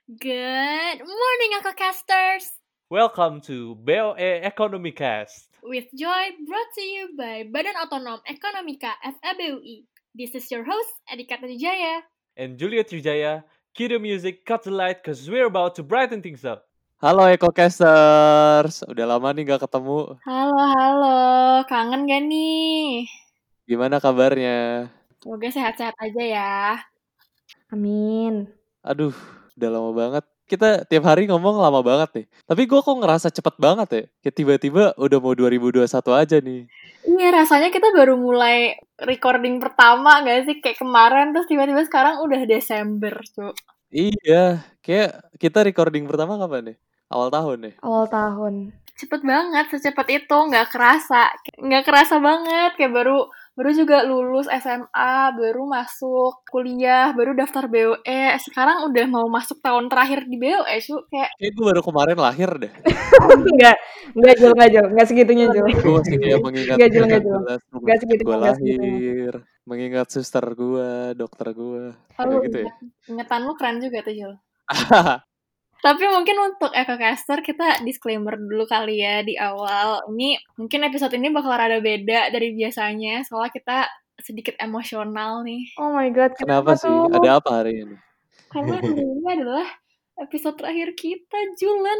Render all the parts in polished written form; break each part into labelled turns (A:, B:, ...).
A: Good morning, Casters!
B: Welcome to BOE Economy Cast.
A: With joy brought to you by Badan Otonom Ekonomika FEBUI. This is your host, Adhika Trijaya.
B: And Julia Trijaya, cue the music, cut the light, cause we're about to brighten things up.
C: Halo EcoCasters, udah lama nih gak ketemu.
A: Halo, kangen gak nih?
C: Gimana kabarnya?
A: Semoga sehat-sehat aja ya.
D: Amin.
C: Aduh, udah lama banget. Kita tiap hari ngomong lama banget nih. Tapi gue kok ngerasa cepet banget ya. Kayak tiba-tiba udah mau 2021 aja nih.
A: Iya, rasanya kita baru mulai recording pertama gak sih? Kayak kemarin, terus tiba-tiba sekarang udah Desember, Cuk.
C: Iya, kayak kita recording pertama kapan nih? Awal tahun nih.
D: Awal tahun.
A: Cepet banget, secepat itu, nggak kerasa banget, kayak baru juga lulus SMA, baru masuk kuliah, baru daftar BOE, sekarang udah mau masuk tahun terakhir di BOE, kayak
C: gue baru kemarin lahir deh.
D: Enggak Jul, enggak segitunya Jul.
C: Gue masih kayak mengingat
D: Enggak segitunya,
C: gue lahir, mengingat suster gue, dokter gue, kayak gitu ya.
A: Ingetan lu keren juga tuh, Jul. Tapi mungkin untuk EcoCaster kita disclaimer dulu kali ya di awal. Ini mungkin episode ini bakal rada beda dari biasanya, soalnya kita sedikit emosional nih.
D: Oh my god,
C: kenapa sih? Ada apa hari ini?
A: Karena hari ini adalah episode terakhir kita, Julen.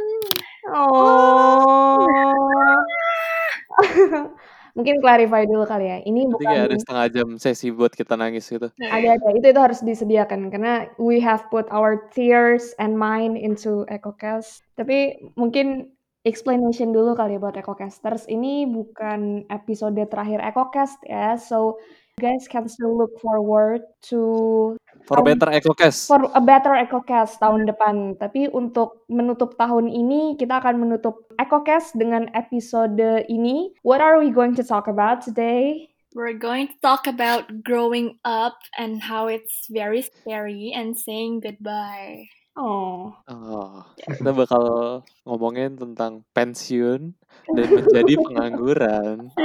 D: Oh. Mungkin clarify dulu kali ya. Ini
C: bukan ada setengah jam sesi buat kita nangis gitu.
D: Ada. Itu harus disediakan karena we have put our tears and mind into EcoCast. Tapi mungkin explanation dulu kali ya buat EcoCasters. Ini bukan episode terakhir EcoCast ya. So you guys can still look forward to
C: For a better
D: EcoCast tahun depan. Tapi untuk menutup tahun ini, kita akan menutup EcoCast dengan episode ini. What are we going to talk about today?
A: We're going to talk about growing up and how it's very scary and saying goodbye.
C: Kita bakal ngomongin tentang pensiun dan menjadi pengangguran.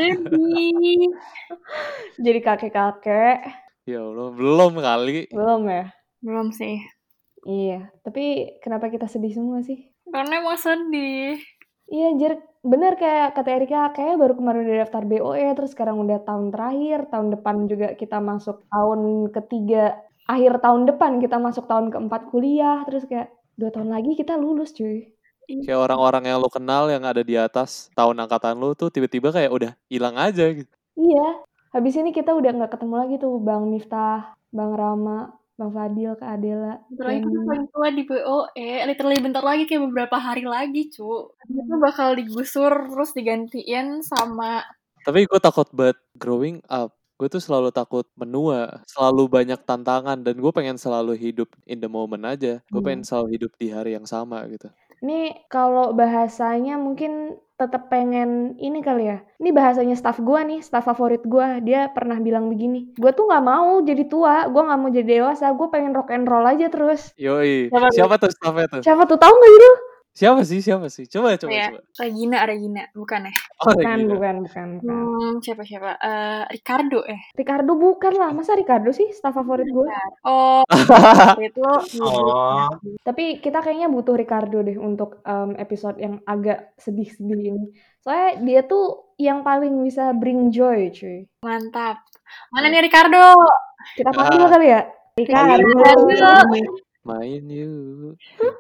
D: Jadi kakek-kakek.
C: Ya Allah, belum kali.
D: Belum ya?
A: Belum sih.
D: Iya, tapi kenapa kita sedih semua sih?
A: Karena emang sedih.
D: Iya, anjir. Bener kayak kata Erika, kayaknya baru kemarin udah daftar BOE, terus sekarang udah tahun terakhir, tahun depan juga kita masuk tahun ketiga, akhir tahun depan kita masuk tahun keempat kuliah, terus kayak 2 tahun lagi kita lulus cuy.
C: Kayak orang-orang yang lo kenal yang ada di atas tahun angkatan lo tuh tiba-tiba kayak udah hilang aja gitu.
D: Iya. Habis ini kita udah gak ketemu lagi tuh Bang Miftah, Bang Rama, Bang Fadil, Kak Adela.
A: Bentar lagi kita paling tua di BOE, literally bentar lagi kayak beberapa hari lagi, cu. Itu bakal digusur terus digantiin sama...
C: Tapi gue takut banget growing up. Gue tuh selalu takut menua, selalu banyak tantangan, dan gue pengen selalu hidup in the moment aja. Gue pengen selalu hidup di hari yang sama gitu.
D: Ini kalau bahasanya mungkin tetap pengen ini kali ya. Ini bahasanya staff gue nih, staff favorit gue. Dia pernah bilang begini, gue tuh gak mau jadi tua, gue gak mau jadi dewasa, gue pengen rock and roll aja terus.
C: Yoi, siapa tuh staffnya tuh?
D: Siapa tuh, tahu gak itu?
C: Siapa sih? Coba.
A: Regina, bukan ya?
C: Oh,
D: bukan.
A: Siapa? Ricardo
D: Ricardo bukan lah, masa Ricardo sih staff favorit gue?
A: Oh, itu.
D: Tapi kita kayaknya butuh Ricardo deh untuk episode yang agak sedih-sedih ini. Soalnya dia tuh yang paling bisa bring joy, cuy.
A: Mantap. Mana nih Ricardo?
D: Kita panggil kali ya? Ricardo.
C: Main yuk.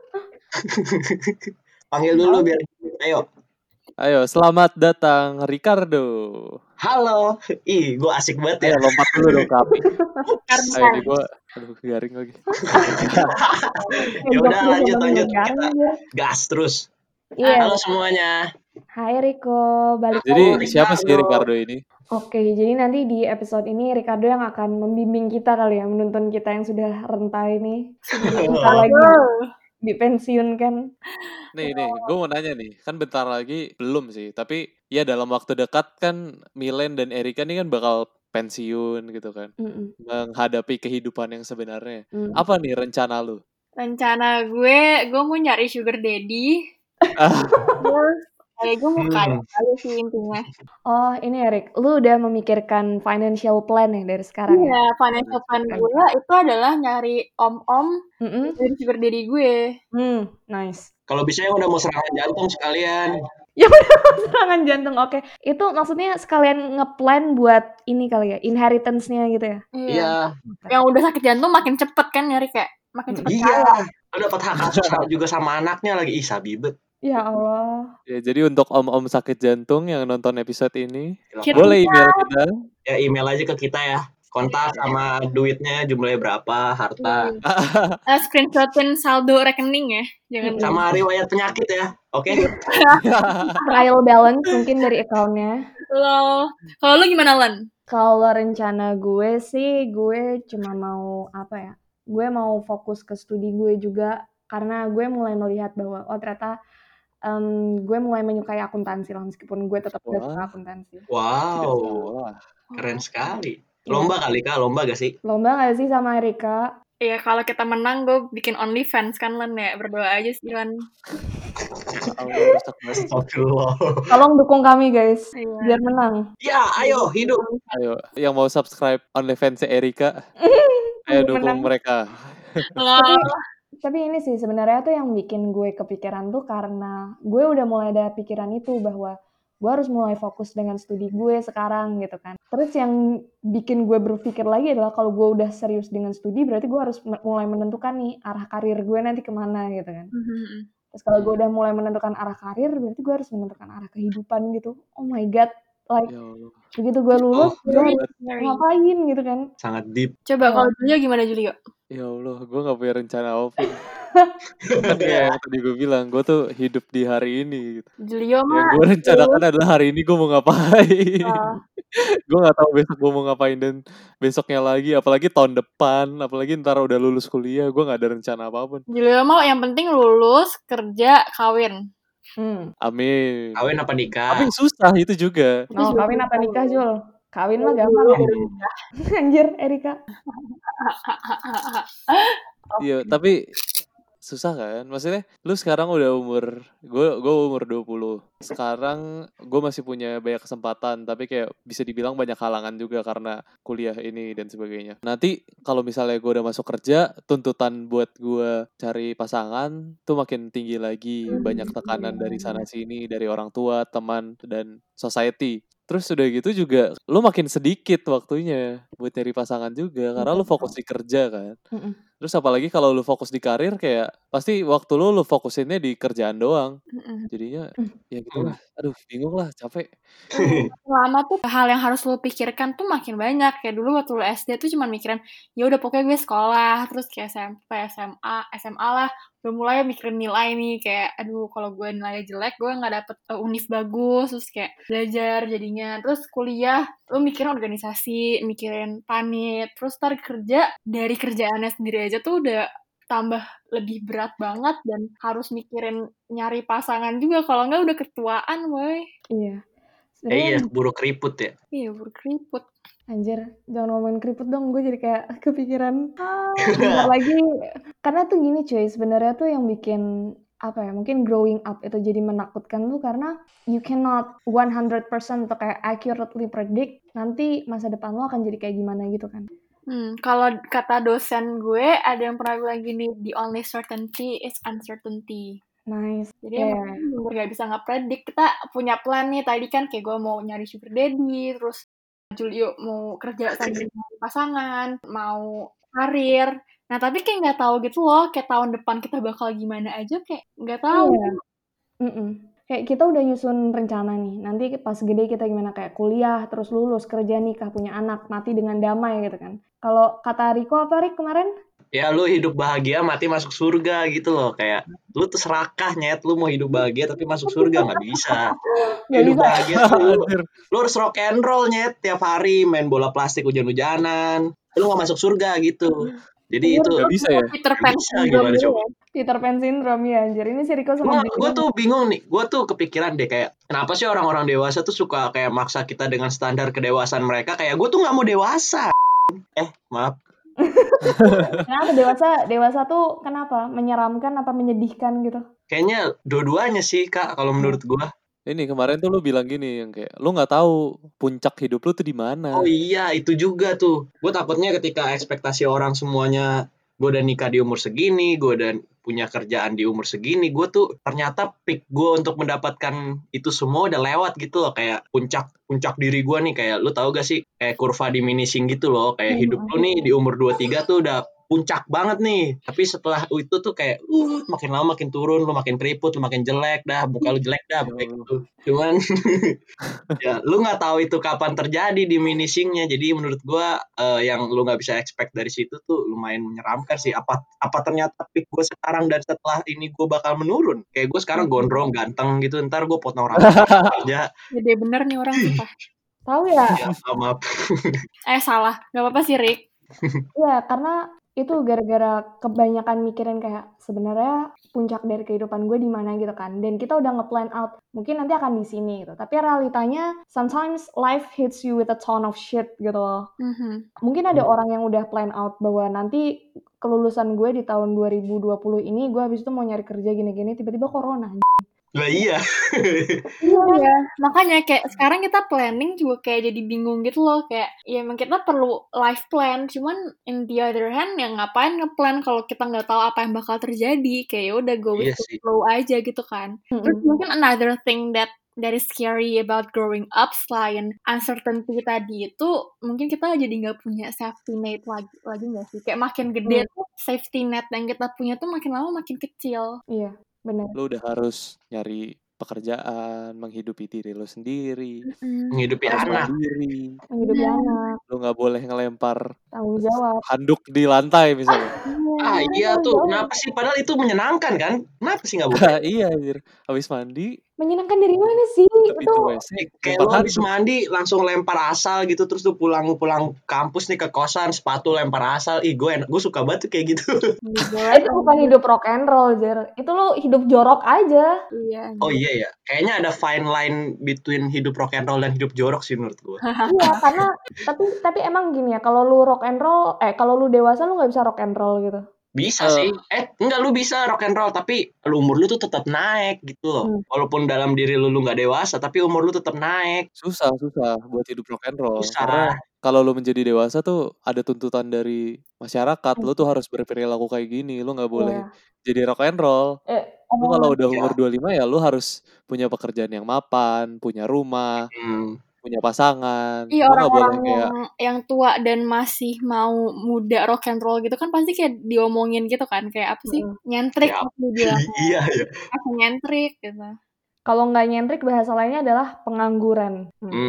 E: Panggil dulu biar
C: Ayo, selamat datang Ricardo.
E: Halo. Ih, gue asik banget ya.
C: Lompat dulu dong Kapi. Ayo nih gue, garing lagi.
E: Ya udah lanjut. Gas terus.
D: Iya.
E: Halo semuanya.
D: Hai Riko, balik.
C: Jadi siapa sih Ricardo ini?
D: Oke, jadi nanti di episode ini Ricardo yang akan membimbing kita kali ya, menuntun kita yang sudah rentai nih. Bentar lagi dipensiunkan.
C: Nih, gue mau nanya nih, kan bentar lagi belum sih, tapi ya dalam waktu dekat kan Milen dan Erika nih kan bakal pensiun gitu kan, menghadapi kehidupan yang sebenarnya. Apa nih rencana lu?
A: Rencana gue mau nyari sugar daddy. Kayak gue mau kaya aja sih intinya.
D: Oh, ini Erik, lu udah memikirkan financial plan ya dari sekarang ya?
A: Iya, financial plan gue itu adalah nyari om-om dari sugar daddy gue.
D: Nice.
E: Kalau bisa yang udah mau serangan jantung sekalian.
D: Ya udah serangan jantung, oke. Itu maksudnya sekalian ngeplan buat ini kali ya, inheritance-nya gitu ya?
E: Iya.
A: Yang udah sakit jantung makin cepet kan nyari kayak makin cepet
E: Iya.
A: kaya.
E: Lo dapat hak asuh juga sama anaknya lagi. Ih, sabibet.
D: Ya Allah.
C: Ya, jadi untuk om-om sakit jantung yang nonton episode ini,
E: Silakan.
C: boleh email kita.
E: Ya email aja ke kita ya. Kontak sama duitnya jumlahnya berapa, harta.
A: Screenshotin saldo rekening ya. Jangan
E: Sama riwayat penyakit ya. Oke.
D: Trial balance mungkin dari account-nya.
A: Kalau lu gimana, Len?
D: Kalau rencana gue sih, gue cuma mau apa ya? Gue mau fokus ke studi gue juga karena gue mulai melihat bahwa ternyata gue mulai menyukai akuntansi lah meskipun gue tetap gak suka akuntansi.
E: Wow. Keren sekali. Lomba kali Kak? Lomba gak sih?
D: Lomba gak sih sama Erika?
A: Iya, kalau kita menang gue bikin OnlyFans kan, Len ya. Berdoa aja sih, Len.
E: Astagfirullah.
D: Tolong dukung kami guys, biar menang.
E: Ya, ayo hidup.
C: Ayo, yang mau subscribe OnlyFans Erika, ayo dukung mereka.
D: Tapi ini sih sebenarnya tuh yang bikin gue kepikiran tuh karena gue udah mulai ada pikiran itu bahwa gue harus mulai fokus dengan studi gue sekarang gitu kan. Terus yang bikin gue berpikir lagi adalah kalau gue udah serius dengan studi berarti gue harus mulai menentukan nih arah karir gue nanti kemana gitu kan. Terus kalau gue udah mulai menentukan arah karir berarti gue harus menentukan arah kehidupan gitu. Oh my god, like begitu gue lulus gue harus ngapain gitu kan.
E: Sangat deep.
A: Coba kalau Julio gimana, Julio?
C: Ya Allah, gue gak punya rencana apa. Kan kayak yang tadi gue bilang, gue tuh hidup di hari ini gitu.
A: Julio mah
C: yang gue rencanakan adalah hari ini gue mau ngapain. Gue gak tahu besok gue mau ngapain dan besoknya lagi, apalagi tahun depan, apalagi ntar udah lulus kuliah, gue gak ada rencana apapun.
A: Julio mah yang penting lulus, kerja, kawin.
C: Amin.
E: Kawin apa nikah?
C: Tapi susah itu juga.
D: Oh, kawin apa nikah, Jul? Kawin mah gampang ya. Anjir, Erika.
C: Iya, tapi susah kan? Maksudnya lu sekarang udah gue umur 20. Sekarang gue masih punya banyak kesempatan, tapi kayak bisa dibilang banyak halangan juga karena kuliah ini dan sebagainya. Nanti kalau misalnya gue udah masuk kerja, tuntutan buat gue cari pasangan tuh makin tinggi lagi, banyak tekanan dari sana sini, dari orang tua, teman, dan society. Terus udah gitu juga lu makin sedikit waktunya buat nyari pasangan juga karena lu fokus di kerja kan. Terus apalagi kalau lu fokus di karir kayak pasti waktu lu fokusinnya di kerjaan doang. Jadinya ya gitu lah. Aduh, bingung lah, capek.
A: Lama tuh hal yang harus lu pikirkan tuh makin banyak. Kayak dulu waktu lu SD tuh cuma mikirin ya udah pokoknya gue sekolah, terus kayak SMP, SMA lah udah mulai mikirin nilai nih kayak aduh kalau gue nilainya jelek gue nggak dapet univ bagus, terus kayak belajar jadinya. Terus kuliah lu mikirin organisasi, mikirin panit, terus ntar kerja dari kerjaannya sendiri aja tuh udah tambah lebih berat banget dan harus mikirin nyari pasangan juga kalau nggak udah ketuaan boy.
D: Iya.
E: Iya, buru keriput ya.
A: Iya, buru keriput.
D: Anjir, jangan ngomongin keriput dong, gue jadi kayak kepikiran. Bentar lagi, karena tuh gini cuy, sebenarnya tuh yang bikin apa ya, mungkin growing up itu jadi menakutkan tuh karena you cannot 100% atau kayak accurately predict nanti masa depan lo akan jadi kayak gimana gitu kan.
A: Kalau kata dosen gue ada yang pernah bilang gini, the only certainty is uncertainty.
D: Nice.
A: Jadi emang gak bisa nge-predict. Kita punya plan nih tadi kan kayak gue mau nyari sugar daddy, terus Julio mau kerja sambil pasangan, mau karir. Nah tapi kayak nggak tahu gitu loh, kayak tahun depan kita bakal gimana aja kayak nggak tahu.
D: Kayak kita udah nyusun rencana nih, nanti pas gede kita gimana kayak kuliah, terus lulus, kerja, nikah, punya anak, mati dengan damai gitu kan. Kalau kata Riko apa Rik kemarin?
E: Ya lu hidup bahagia mati masuk surga gitu loh. Kayak lu tuh serakah nyet, lu mau hidup bahagia tapi masuk surga nggak bisa. Hidup bahagia tuh lu harus rock and roll nyet, tiap hari main bola plastik hujan-hujanan. Lu nggak masuk surga gitu. Jadi itu
C: nggak bisa ya.
A: Peter Pan
E: gimana coba?
D: Peter Pan syndrome ya anjir. Ini si Riko sama
E: Gue tuh bingung nih. Gue tuh kepikiran deh kayak kenapa sih orang-orang dewasa tuh suka kayak maksa kita dengan standar kedewasaan mereka. Kayak gue tuh nggak mau dewasa. Maaf.
D: Kenapa dewasa tuh kenapa? Menyeramkan apa menyedihkan gitu?
E: Kayaknya dua-duanya sih Kak kalau menurut gue.
C: Ini kemarin tuh lu bilang gini yang kayak lu nggak tahu puncak hidup lu tuh di mana.
E: Oh iya, itu juga tuh. Gue takutnya ketika ekspektasi orang semuanya, gue udah nikah di umur segini, gue udah punya kerjaan di umur segini, gue tuh ternyata peak gue untuk mendapatkan itu semua udah lewat gitu loh. Kayak puncak diri gue nih, kayak lu tahu gak sih, kayak kurva diminishing gitu loh. Kayak hidup lu nih di umur 23 tuh udah puncak banget nih. Tapi setelah itu tuh kayak makin lama makin turun, lu makin keriput, lu makin jelek dah, muka lu jelek dah, kayak gitu. Cuman ya lu nggak tahu itu kapan terjadi diminishingnya. Jadi menurut gua yang lu nggak bisa expect dari situ tuh lumayan menyeramkan sih. Apa ternyata peak gue sekarang dan setelah ini gue bakal menurun. Kayak gue sekarang gondrong ganteng gitu, ntar gue potong rambut aja.
A: Gede bener nih orang sumpah.
D: Tahu ya?
E: Ya maaf.
A: Salah, nggak apa-apa sih Rick.
D: Iya, karena itu gara-gara kebanyakan mikirin kayak sebenarnya puncak dari kehidupan gue di mana gitu kan. Dan kita udah nge-plan out, mungkin nanti akan di sini gitu. Tapi realitanya sometimes life hits you with a ton of shit gitu loh. Mungkin ada orang yang udah plan out bahwa nanti kelulusan gue di tahun 2020 ini gue habis itu mau nyari kerja gini-gini, tiba-tiba corona.
E: Lah iya.
A: Iya, makanya kayak sekarang kita planning juga kayak jadi bingung gitu loh. Kayak ya emang kita perlu life plan, cuman in the other hand ya ngapain nge-plan kalau kita nggak tahu apa yang bakal terjadi. Kayak ya udah go with the flow aja gitu kan. Terus mungkin another thing that is scary about growing up selain uncertainty tadi itu, mungkin kita jadi nggak punya safety net lagi nggak sih? Kayak makin gede tuh safety net yang kita punya tuh makin lama makin kecil.
D: Iya, benar.
C: Lu udah harus nyari pekerjaan, menghidupi diri lu sendiri,
E: menghidupi anak.
D: Menghidupi anak.
C: Lu nggak boleh ngelempar
D: tanggung jawab
C: handuk di lantai misalnya.
E: Iya tuh, kenapa sih? Padahal itu menyenangkan kan? Kenapa sih nggak boleh?
C: Iya, habis mandi.
D: Menyenangkan dari mana sih? Itu
E: kayak lo habis mandi langsung lempar asal gitu, terus tuh pulang kampus nih ke kosan, sepatu lempar asal. Gue suka banget tuh kayak gitu.
D: Itu bukan hidup rock and roll, Jer. Itu lo hidup jorok aja.
A: Iya.
E: Oh iya ya. Kayaknya ada fine line between hidup rock and roll dan hidup jorok sih menurut gue.
D: Iya, karena tapi emang gini ya, kalau lu rock and roll, kalau lu dewasa lu nggak bisa rock and roll gitu.
E: Bisa sih. Enggak, lu bisa rock and roll tapi umur lu tuh tetap naik gitu loh. Walaupun dalam diri lu nggak dewasa tapi umur lu tetap naik.
C: Susah buat hidup rock and roll.
E: Susah.
C: Karena kalau lu menjadi dewasa tuh ada tuntutan dari masyarakat. Lu tuh harus berperilaku kayak gini. Lu nggak boleh jadi rock and roll. Lu kalau udah umur 25 ya lu harus punya pekerjaan yang mapan, punya rumah, punya pasangan.
A: Iya, orang-orang yang tua dan masih mau muda rock and roll gitu kan pasti kayak diomongin gitu kan, kayak apa sih, nyentrik aku bilang.
E: Iya.
A: Aku nyentrik gitu.
D: Kalau nggak nyentrik bahasa lainnya adalah pengangguran.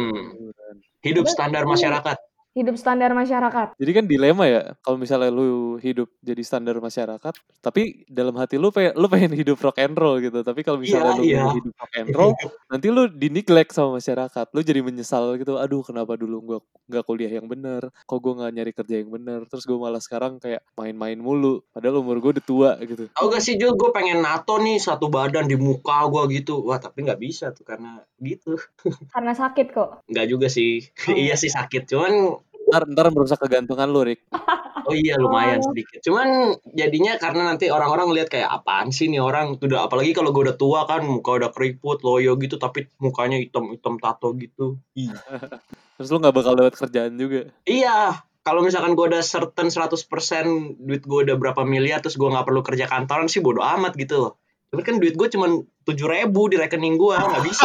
E: Hidup standar masyarakat.
D: Hidup standar masyarakat.
C: Jadi kan dilema ya, kalau misalnya lu hidup jadi standar masyarakat, tapi dalam hati lu pengen hidup rock and roll gitu. Tapi kalau misalnya lu hidup rock and roll, nanti lu di-neglect sama masyarakat. Lu jadi menyesal gitu, aduh kenapa dulu gua nggak kuliah yang bener, kok gua nggak nyari kerja yang bener, terus gua malah sekarang kayak main-main mulu, padahal umur gua udah tua gitu.
E: Tau gak sih Jul, gue pengen nato nih satu badan di muka gua gitu. Wah tapi nggak bisa tuh karena gitu.
D: Karena sakit kok.
E: Nggak juga sih. Iya sih sakit, cuman
C: Ntar merusak kegantungan lu, Rick.
E: Oh iya lumayan sedikit. Cuman jadinya karena nanti orang-orang lihat kayak apaan sih nih orang. Udah apalagi kalau gue udah tua kan, muka udah keriput, loyo gitu, tapi mukanya hitam-hitam tato gitu.
C: Terus lu nggak bakal dapat kerjaan juga.
E: Iya. Kalau misalkan gue udah certain 100% duit gue udah berapa miliar, terus gue nggak perlu kerja kantoran sih bodo amat gitu loh. Tapi kan duit gue cuma 7.000 di rekening gue, nggak bisa.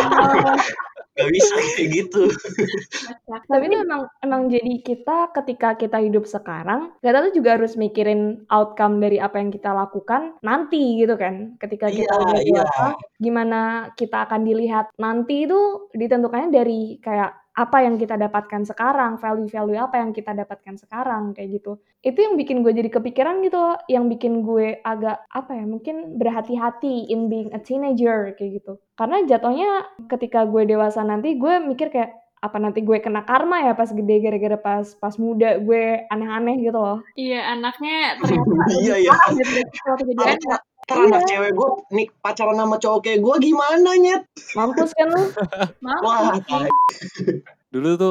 E: Gak bisa kayak gitu.
D: Tapi itu emang jadi kita ketika kita hidup sekarang, kita tuh juga harus mikirin outcome dari apa yang kita lakukan nanti gitu kan. Ketika kita udah dewasa, gimana kita akan dilihat nanti itu ditentukannya dari kayak apa yang kita dapatkan sekarang, value-value apa yang kita dapatkan sekarang, kayak gitu. Itu yang bikin gue jadi kepikiran gitu, yang bikin gue agak, mungkin berhati-hati in being a teenager, kayak gitu. Karena jatuhnya ketika gue dewasa nanti, gue mikir kayak, apa nanti gue kena karma ya pas gede gara-gara pas muda gue aneh-aneh gitu loh.
A: Iya, anaknya ternyata
E: iya. Anak cewek gue nih pacaran sama cowok kayak gue gimana nyet?
D: Mampus kan lu?
A: Mampus.
C: Dulu tuh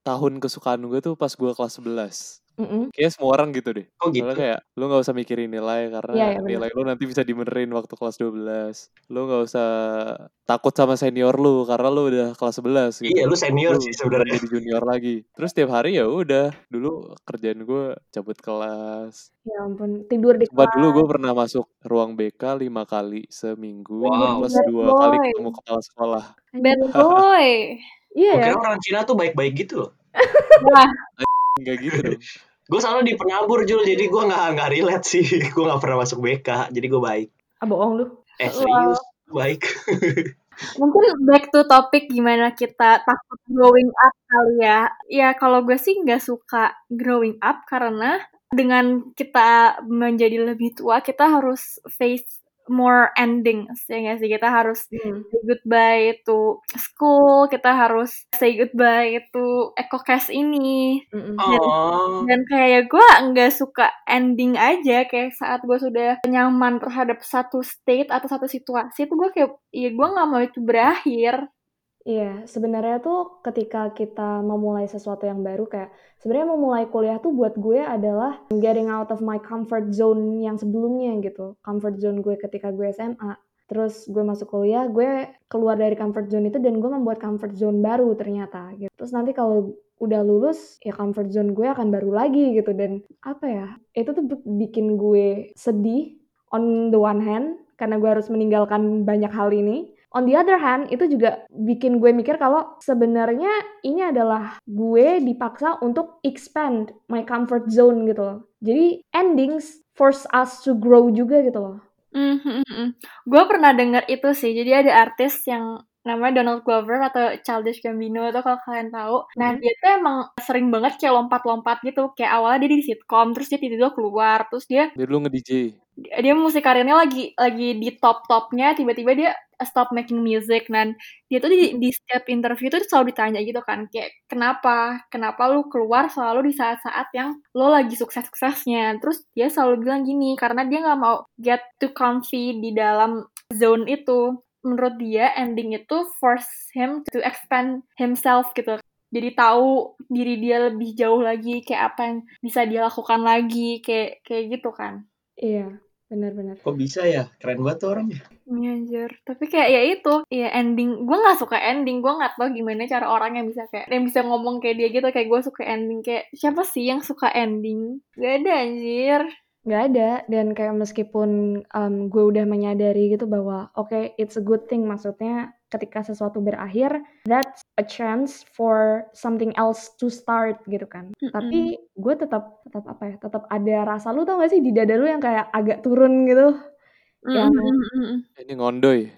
C: tahun kesukaan gue tuh pas gue kelas 11. Kayaknya semua orang gitu deh.
E: Oh gitu?
C: Soalnya kayak lu gak usah mikirin nilai karena nilai lu nanti bisa dibenerin waktu kelas 12. Lu gak usah takut sama senior lu karena lu udah kelas 11 gitu.
E: Iya, lu senior
C: Lu
E: sih
C: bukan
E: sebenarnya.
C: jadi junior lagi. Terus tiap hari ya udah, dulu kerjaan gue cabut kelas.
D: Ya ampun, tidur di
C: Sumpah
D: kelas.
C: dulu gue pernah masuk ruang BK 5 kali seminggu.
E: Wow.
C: Plus
A: Bad
C: 2 kali
A: boy.
C: ketemu kepala sekolah.
A: Bad boy.
D: Iya
E: Gue
D: ya.
E: kira orang Cina tuh baik-baik gitu loh.
A: Wah,
C: Enggak gitu dong.
E: Gue selalu di penabur Jul, jadi gue nggak relate sih. Gue nggak pernah masuk BK, jadi gue baik.
D: Bohong lu.
E: Serius baik.
A: mungkin back to topic gimana kita takut growing up kali ya. Ya kalau gue sih nggak suka growing up karena dengan kita menjadi lebih tua kita harus face more endings ya nggak sih, kita harus say goodbye to school, kita harus say goodbye to EcoCast ini. Dan kayak gue nggak suka ending aja, kayak saat gue sudah nyaman terhadap satu state atau satu situasi itu gue kayak ya gue nggak mau itu berakhir.
D: Iya, sebenarnya tuh ketika kita memulai sesuatu yang baru, kayak sebenarnya memulai kuliah tuh buat gue adalah getting out of my comfort zone yang sebelumnya gitu. Comfort zone gue ketika gue SMA. Terus gue masuk kuliah, gue keluar dari comfort zone itu dan gue membuat comfort zone baru ternyata gitu. Terus nanti kalau udah lulus, ya comfort zone gue akan baru lagi gitu. Dan apa ya, itu tuh bikin gue sedih on the one hand, karena gue harus meninggalkan banyak hal ini. On the other hand, itu juga bikin gue mikir kalau sebenarnya ini adalah gue dipaksa untuk expand my comfort zone gitu loh. Jadi endings force us to grow juga gitu loh.
A: Gue pernah dengar itu sih, jadi ada artis yang namanya Donald Glover atau Childish Gambino itu kalau kalian tahu. Nah dia tuh emang sering banget kayak lompat-lompat gitu, kayak awalnya dia di sitcom, terus dia tiba-tiba keluar, terus dia
C: dulu nge-DJ.
A: Dia musik karirnya lagi di top-topnya, tiba-tiba dia stop making music. Dan dia tuh di setiap interview tuh selalu ditanya gitu kan, kayak kenapa lu keluar selalu di saat-saat yang lo lagi sukses-suksesnya. Terus dia selalu bilang gini, karena dia nggak mau get too comfy di dalam zone itu. Menurut dia ending itu force him to expand himself gitu. Jadi tahu diri dia lebih jauh lagi, kayak apa yang bisa dia lakukan lagi, kayak gitu kan.
D: Iya, benar-benar.
E: Kok bisa ya? Keren banget tuh orangnya.
A: Iya anjir. Tapi kayak ya itu, ya ending. Gue gak suka ending. Gue gak tahu gimana cara orang yang bisa ngomong kayak dia gitu. Kayak gue suka ending. Kayak siapa sih yang suka ending? Gak ada anjir.
D: Gak ada. Dan kayak meskipun gue udah menyadari gitu bahwa okay, it's a good thing. Maksudnya ketika sesuatu berakhir, that's a chance for something else to start gitu kan. Tapi gue tetap apa ya? Tetap ada rasa, lu tau gak sih di dada lu yang kayak agak turun gitu. Yang
C: ini ngondoy.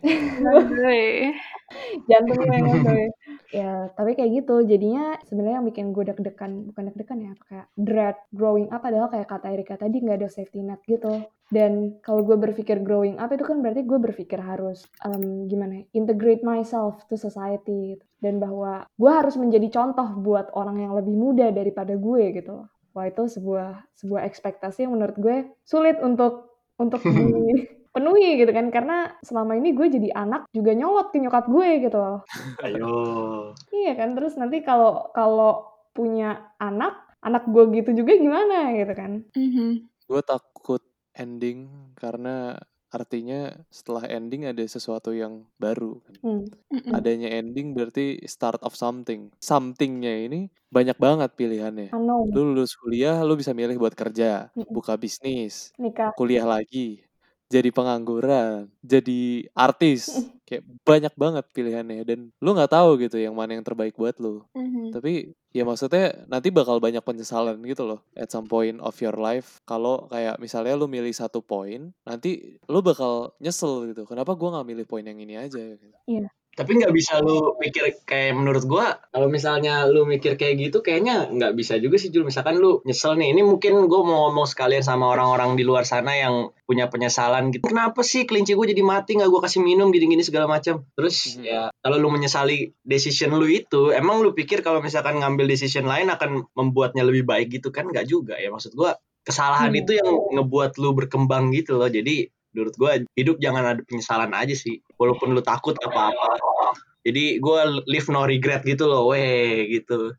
D: Jantungnya yang ngondoy. Ya, tapi kayak gitu. Jadinya sebenarnya yang bikin gue deg-degan, bukan deg-degan ya, kayak dread growing up adalah kayak kata Erika tadi, nggak ada safety net gitu. Dan kalau gue berpikir growing up itu kan berarti gue berpikir harus integrate myself to society gitu. Dan bahwa gue harus menjadi contoh buat orang yang lebih muda daripada gue gitu. Wah, itu sebuah ekspektasi yang menurut gue sulit untuk dipenuhi gitu kan, karena selama ini gue jadi anak juga nyolot ke nyokap gue gitu loh.
E: Ayo.
D: Iya kan, terus nanti kalau punya anak gue gitu juga gimana gitu kan.
C: Gue takut ending karena artinya setelah ending ada sesuatu yang baru kan. Adanya ending berarti start of something. Somethingnya ini banyak banget pilihannya. Lu lulus kuliah, lu bisa milih buat kerja, buka bisnis,
D: nikah,
C: kuliah lagi, jadi pengangguran, jadi artis. Kayak banyak banget pilihannya dan lu nggak tahu gitu yang mana yang terbaik buat lu. Tapi ya maksudnya nanti bakal banyak penyesalan gitu loh at some point of your life. Kalau kayak misalnya lu milih satu poin, nanti lu bakal nyesel gitu. Kenapa gue nggak milih poin yang ini aja gitu.
D: Iya.
E: Tapi nggak bisa lu mikir kayak, menurut gua kalau misalnya lu mikir kayak gitu kayaknya nggak bisa juga sih Jul. Misalkan lu nyesel nih, ini mungkin gua mau ngomong sekalian sama orang-orang di luar sana yang punya penyesalan gitu. Kenapa sih kelinci gua jadi mati, nggak gua kasih minum gini-gini segala macam. Terus ya kalau lu menyesali decision lu itu, emang lu pikir kalau misalkan ngambil decision lain akan membuatnya lebih baik gitu kan? Nggak juga ya, maksud gua kesalahan itu yang ngebuat lu berkembang gitu loh. Jadi menurut gue hidup jangan ada penyesalan aja sih, walaupun lu takut apa-apa. Jadi gue live no regret gitu loh, gitu.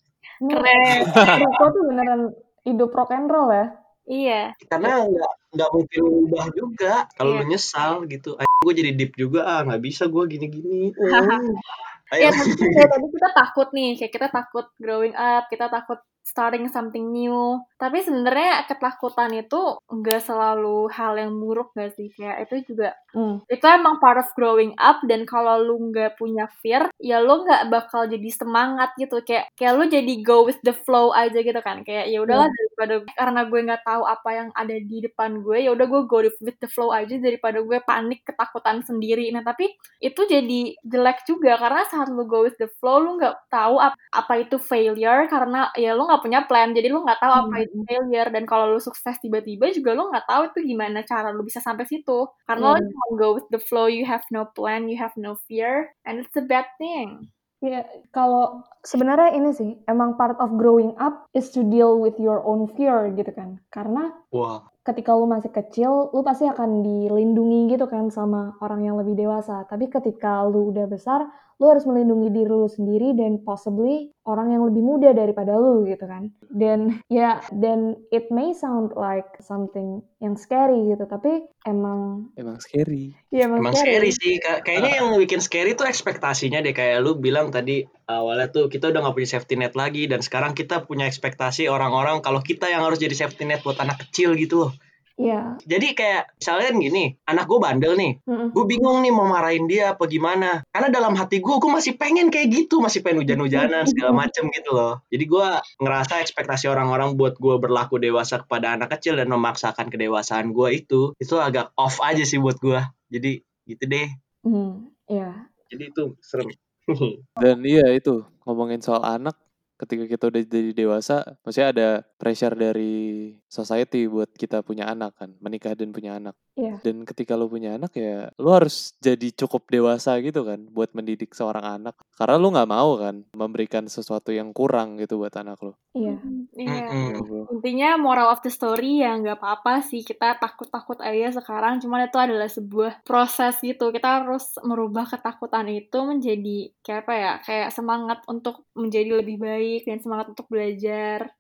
A: Keren.
D: Riko tuh beneran hidup rock and roll ya.
A: Iya.
E: Karena nggak mungkin ubah juga kalau lu nyesal gitu. Gue jadi deep juga, nggak bisa gue gini-gini.
A: Ya tadi kita takut nih, kayak kita takut growing up, kita takut starting something new. Tapi sebenarnya ketakutan itu nggak selalu hal yang buruk gak sih? Kayak itu juga itu emang part of growing up, dan kalau lu nggak punya fear, ya lu nggak bakal jadi semangat gitu. Kayak lu jadi go with the flow aja gitu kan. Kayak ya udahlah, daripada karena gue nggak tahu apa yang ada di depan gue, ya udah gue go with the flow aja daripada gue panik ketakutan sendiri. Nah tapi itu jadi jelek juga, karena saat lu go with the flow, lu nggak tahu apa itu failure, karena ya lu nggak punya plan, jadi lu nggak tahu apa itu failure. Dan kalau lu sukses tiba-tiba juga lu nggak tahu itu gimana cara lu bisa sampai situ, karena lu cuma go with the flow, you have no plan, you have no fear, and it's a bad thing.
D: Ya, kalau sebenarnya ini sih, emang part of growing up is to deal with your own fear gitu kan. Karena ketika lu masih kecil, lu pasti akan dilindungi gitu kan sama orang yang lebih dewasa. Tapi ketika lu udah besar, lu harus melindungi diri lu sendiri dan possibly orang yang lebih muda daripada lu gitu kan. Dan it may sound like something yang scary gitu, tapi emang
C: scary.
D: Iya,
E: emang scary sih. Kayaknya yang bikin scary tuh ekspektasinya deh. Kayak lu bilang tadi awalnya tuh kita udah gak punya safety net lagi, dan sekarang kita punya ekspektasi orang-orang kalau kita yang harus jadi safety net buat anak kecil gitu loh.
D: Iya.
E: Jadi kayak misalnya gini, anak gue bandel nih, gue bingung nih mau marahin dia apa gimana. Karena dalam hati gue masih pengen kayak gitu, masih pengen hujan-hujanan segala macem gitu loh. Jadi gue ngerasa ekspektasi orang-orang buat gue berlaku dewasa kepada anak kecil dan memaksakan kedewasaan gue itu agak off aja sih buat gue. Jadi gitu deh.
D: Iya.
E: Jadi itu serem.
C: Dan iya itu, ngomongin soal anak, ketika kita udah jadi dewasa, maksudnya ada pressure dari society buat kita punya anak kan, menikah dan punya anak. Dan ketika lu punya anak ya, lu harus jadi cukup dewasa gitu kan, buat mendidik seorang anak. Karena lu nggak mau kan memberikan sesuatu yang kurang gitu buat anak lu.
A: Iya. Intinya moral of the story ya nggak apa-apa sih kita takut-takut aja sekarang, cuman itu adalah sebuah proses gitu. Kita harus merubah ketakutan itu menjadi kayak apa ya, kayak semangat untuk menjadi lebih baik dan semangat untuk belajar.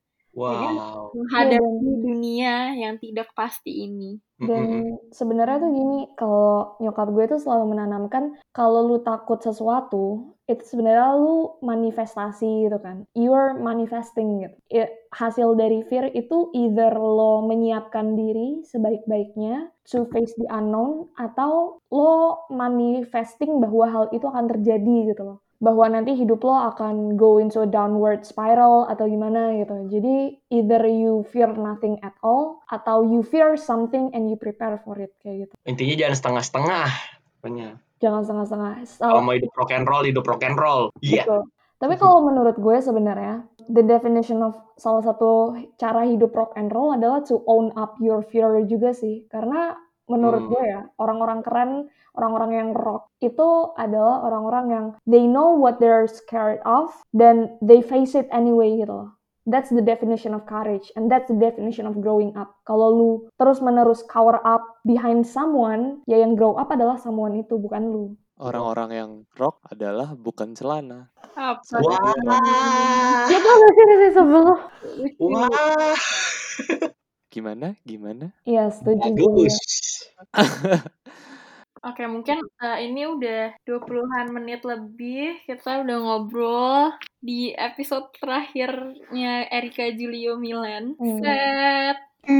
A: Menghadapi dunia yang tidak pasti ini.
D: Dan sebenarnya tuh gini, kalau nyokap gue tuh selalu menanamkan kalau lu takut sesuatu, itu sebenarnya lu manifestasi gitu kan. You're manifesting gitu. Hasil dari fear itu either lo menyiapkan diri sebaik-baiknya to face the unknown, atau lo manifesting bahwa hal itu akan terjadi gitu loh. Bahwa nanti hidup lo akan go into a downward spiral atau gimana gitu. Jadi either you fear nothing at all, atau you fear something and you prepare for it kayak gitu.
E: Intinya jangan setengah-setengah.
D: Jangan setengah-setengah.
E: Kalau mau hidup rock and roll. Iya.
D: Betul. Tapi kalau menurut gue sebenarnya, the definition of salah satu cara hidup rock and roll adalah to own up your fear juga sih. Karena menurut gue ya, orang-orang keren, orang-orang yang rock itu adalah orang-orang yang they know what they're scared of, dan they face it anyway gitu loh. That's the definition of courage, and that's the definition of growing up. Kalau lu terus-menerus cover up behind someone, ya yang grow up adalah someone itu, bukan lu.
C: Orang-orang yang rock adalah bukan celana.
E: Wah.
C: Gimana?
D: Iya, setuju.
E: Bagus.
A: Oke, mungkin ini udah 20-an menit lebih. Kita udah ngobrol di episode terakhirnya Erika Julio Milen. Set.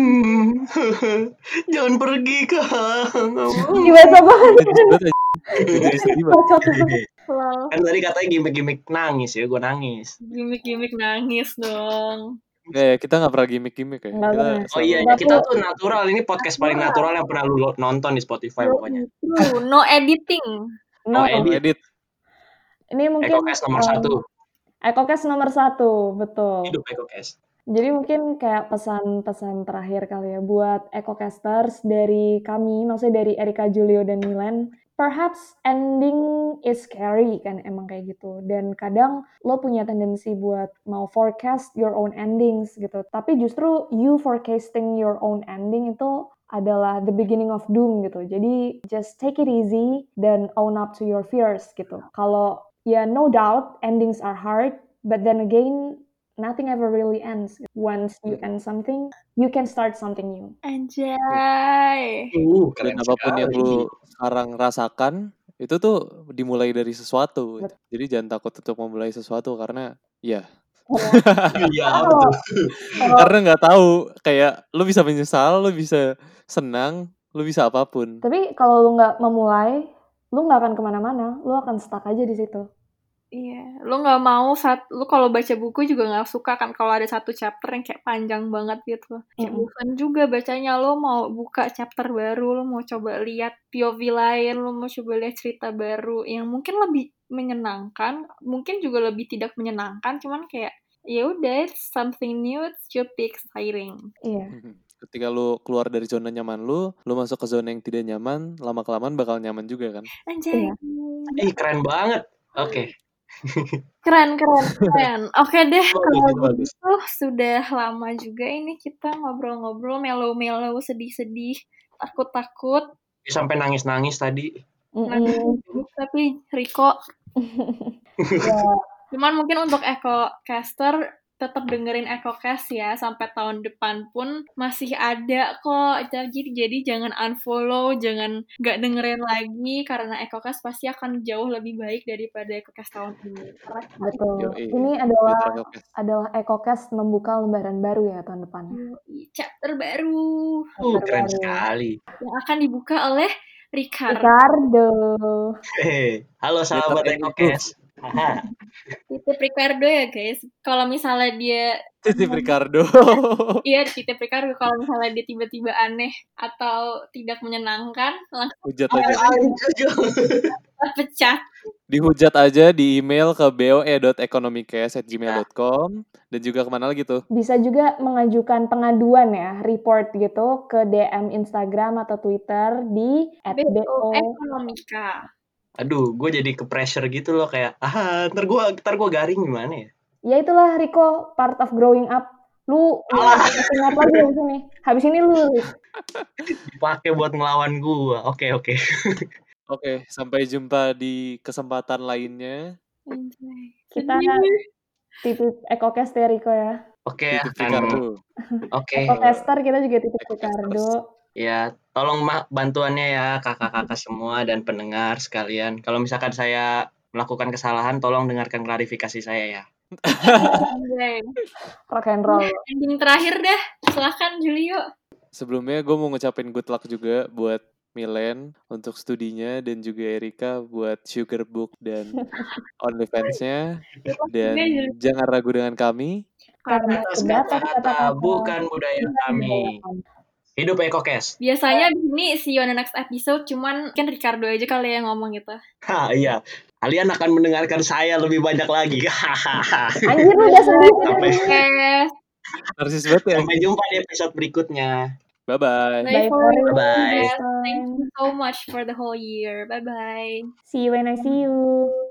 E: Jangan pergi, Kak.
D: Biasa banget.
C: Jadi sedih banget.
E: Kan tadi katanya gimmick-gimmick nangis ya, gue nangis.
A: Gimmick-gimmick nangis dong.
C: Ya, kita nggak pernah gimmick ya.
E: Kita tuh natural. Ini podcast paling natural yang pernah lu nonton di Spotify pokoknya.
A: No editing.
E: No edit.
D: Ini mungkin
E: EcoCast nomor 1.
D: EcoCast nomor 1, betul.
E: Hidup EcoCast.
D: Jadi mungkin kayak pesan-pesan terakhir kali ya buat EcoCasters dari kami, maksudnya dari Erika Julio dan Milen. Perhaps ending is scary kan, emang kayak gitu. Dan kadang lo punya tendensi buat mau forecast your own endings gitu. Tapi justru you forecasting your own ending itu adalah the beginning of doom gitu. Jadi just take it easy dan own up to your fears gitu. Kalau ya no doubt endings are hard, but then again nothing ever really ends. Once you end something, you can start something new.
A: Anjay.
C: Dan apapun yang lu sekarang rasakan, itu tuh dimulai dari sesuatu. Jadi jangan takut untuk memulai sesuatu karena ya.
E: Iya betul.
C: Karena nggak tahu, kayak lu bisa menyesal, lu bisa senang, lu bisa apapun.
D: Tapi kalau lu nggak memulai, lu nggak akan kemana-mana, lu akan stuck aja di situ.
A: Iya, lu nggak mau lu kalau baca buku juga nggak suka kan kalau ada satu chapter yang kayak panjang banget gitu. Kayak bosan juga bacanya, lu mau buka chapter baru, lu mau coba lihat POV lain, lu mau coba lihat cerita baru yang mungkin lebih menyenangkan, mungkin juga lebih tidak menyenangkan, cuman kayak ya udah, it's something new, it should be exciting.
D: Iya.
C: Ketika lu keluar dari zona nyaman lu masuk ke zona yang tidak nyaman, lama-kelamaan bakal nyaman juga kan?
A: Anjay.
E: Ih, keren banget. Oke.
A: Keren. Oke deh, kalau gitu sudah lama juga ini kita ngobrol-ngobrol, melo-melo, sedih-sedih, takut-takut.
E: Sampai nangis-nangis tadi.
A: Tapi Riko.
D: Ya.
A: Cuman mungkin untuk EcoCaster tetap dengerin EcoCast ya, sampai tahun depan pun masih ada kok. Jadi jangan unfollow, jangan nggak dengerin lagi, karena EcoCast pasti akan jauh lebih baik daripada EcoCast tahun ini.
D: Betul. Ini adalah EcoCast membuka lembaran baru ya tahun depan.
A: Chapter baru.
E: Keren sekali.
A: Yang akan dibuka oleh
D: Ricardo.
E: Halo sahabat EcoCast.
A: Titip Ricardo ya guys. Kalau misalnya dia
C: titip Ricardo.
A: Iya, titip Ricardo. Kalau misalnya dia tiba-tiba aneh atau tidak menyenangkan, langsung
C: hujat aja.
A: Pecat.
C: Dihujat aja di email ke boe.economicast@gmail.com dan juga kemana lagi tuh?
D: Bisa juga mengajukan pengaduan ya, report gitu ke DM Instagram atau Twitter di @boeconomica.
E: Aduh, gue jadi ke pressure gitu loh, kayak ntar gue garing gimana ya?
D: Ya itulah Riko, part of growing up. Lu ingat lagi habis ini. Habis ini lu
E: dipakai buat ngelawan gue. Oke.
C: Oke, sampai jumpa di kesempatan lainnya.
D: Kita titip EcoCast ya Riko ya.
E: Oke,
D: EcoCaster kita juga titip Ricardo.
E: Ya, tolong bantuannya ya kakak-kakak semua dan pendengar sekalian. Kalau misalkan saya melakukan kesalahan, tolong dengarkan klarifikasi saya ya.
D: Rock and roll.
A: Ending terakhir dah, silakan Julio.
C: Sebelumnya gue mau ngucapin good luck juga buat Milen untuk studinya dan juga Erika buat Sugar Book dan OnlyFans-nya. Dan jangan ragu dengan kami.
D: Karena
E: kata-kata bukan budaya kami. Hidup EcoCast.
A: Biasanya ini see you on the next episode, cuman kan Ricardo aja kali yang ngomong gitu.
E: Iya. Kalian akan mendengarkan saya lebih banyak lagi.
D: Anjir lu udah sendiri.
C: Narsis banget ya.
E: Sampai jumpa di episode berikutnya.
C: Bye-bye.
E: Bye-bye.
A: Thank you so much for the whole year. Bye-bye.
D: See you when I see you.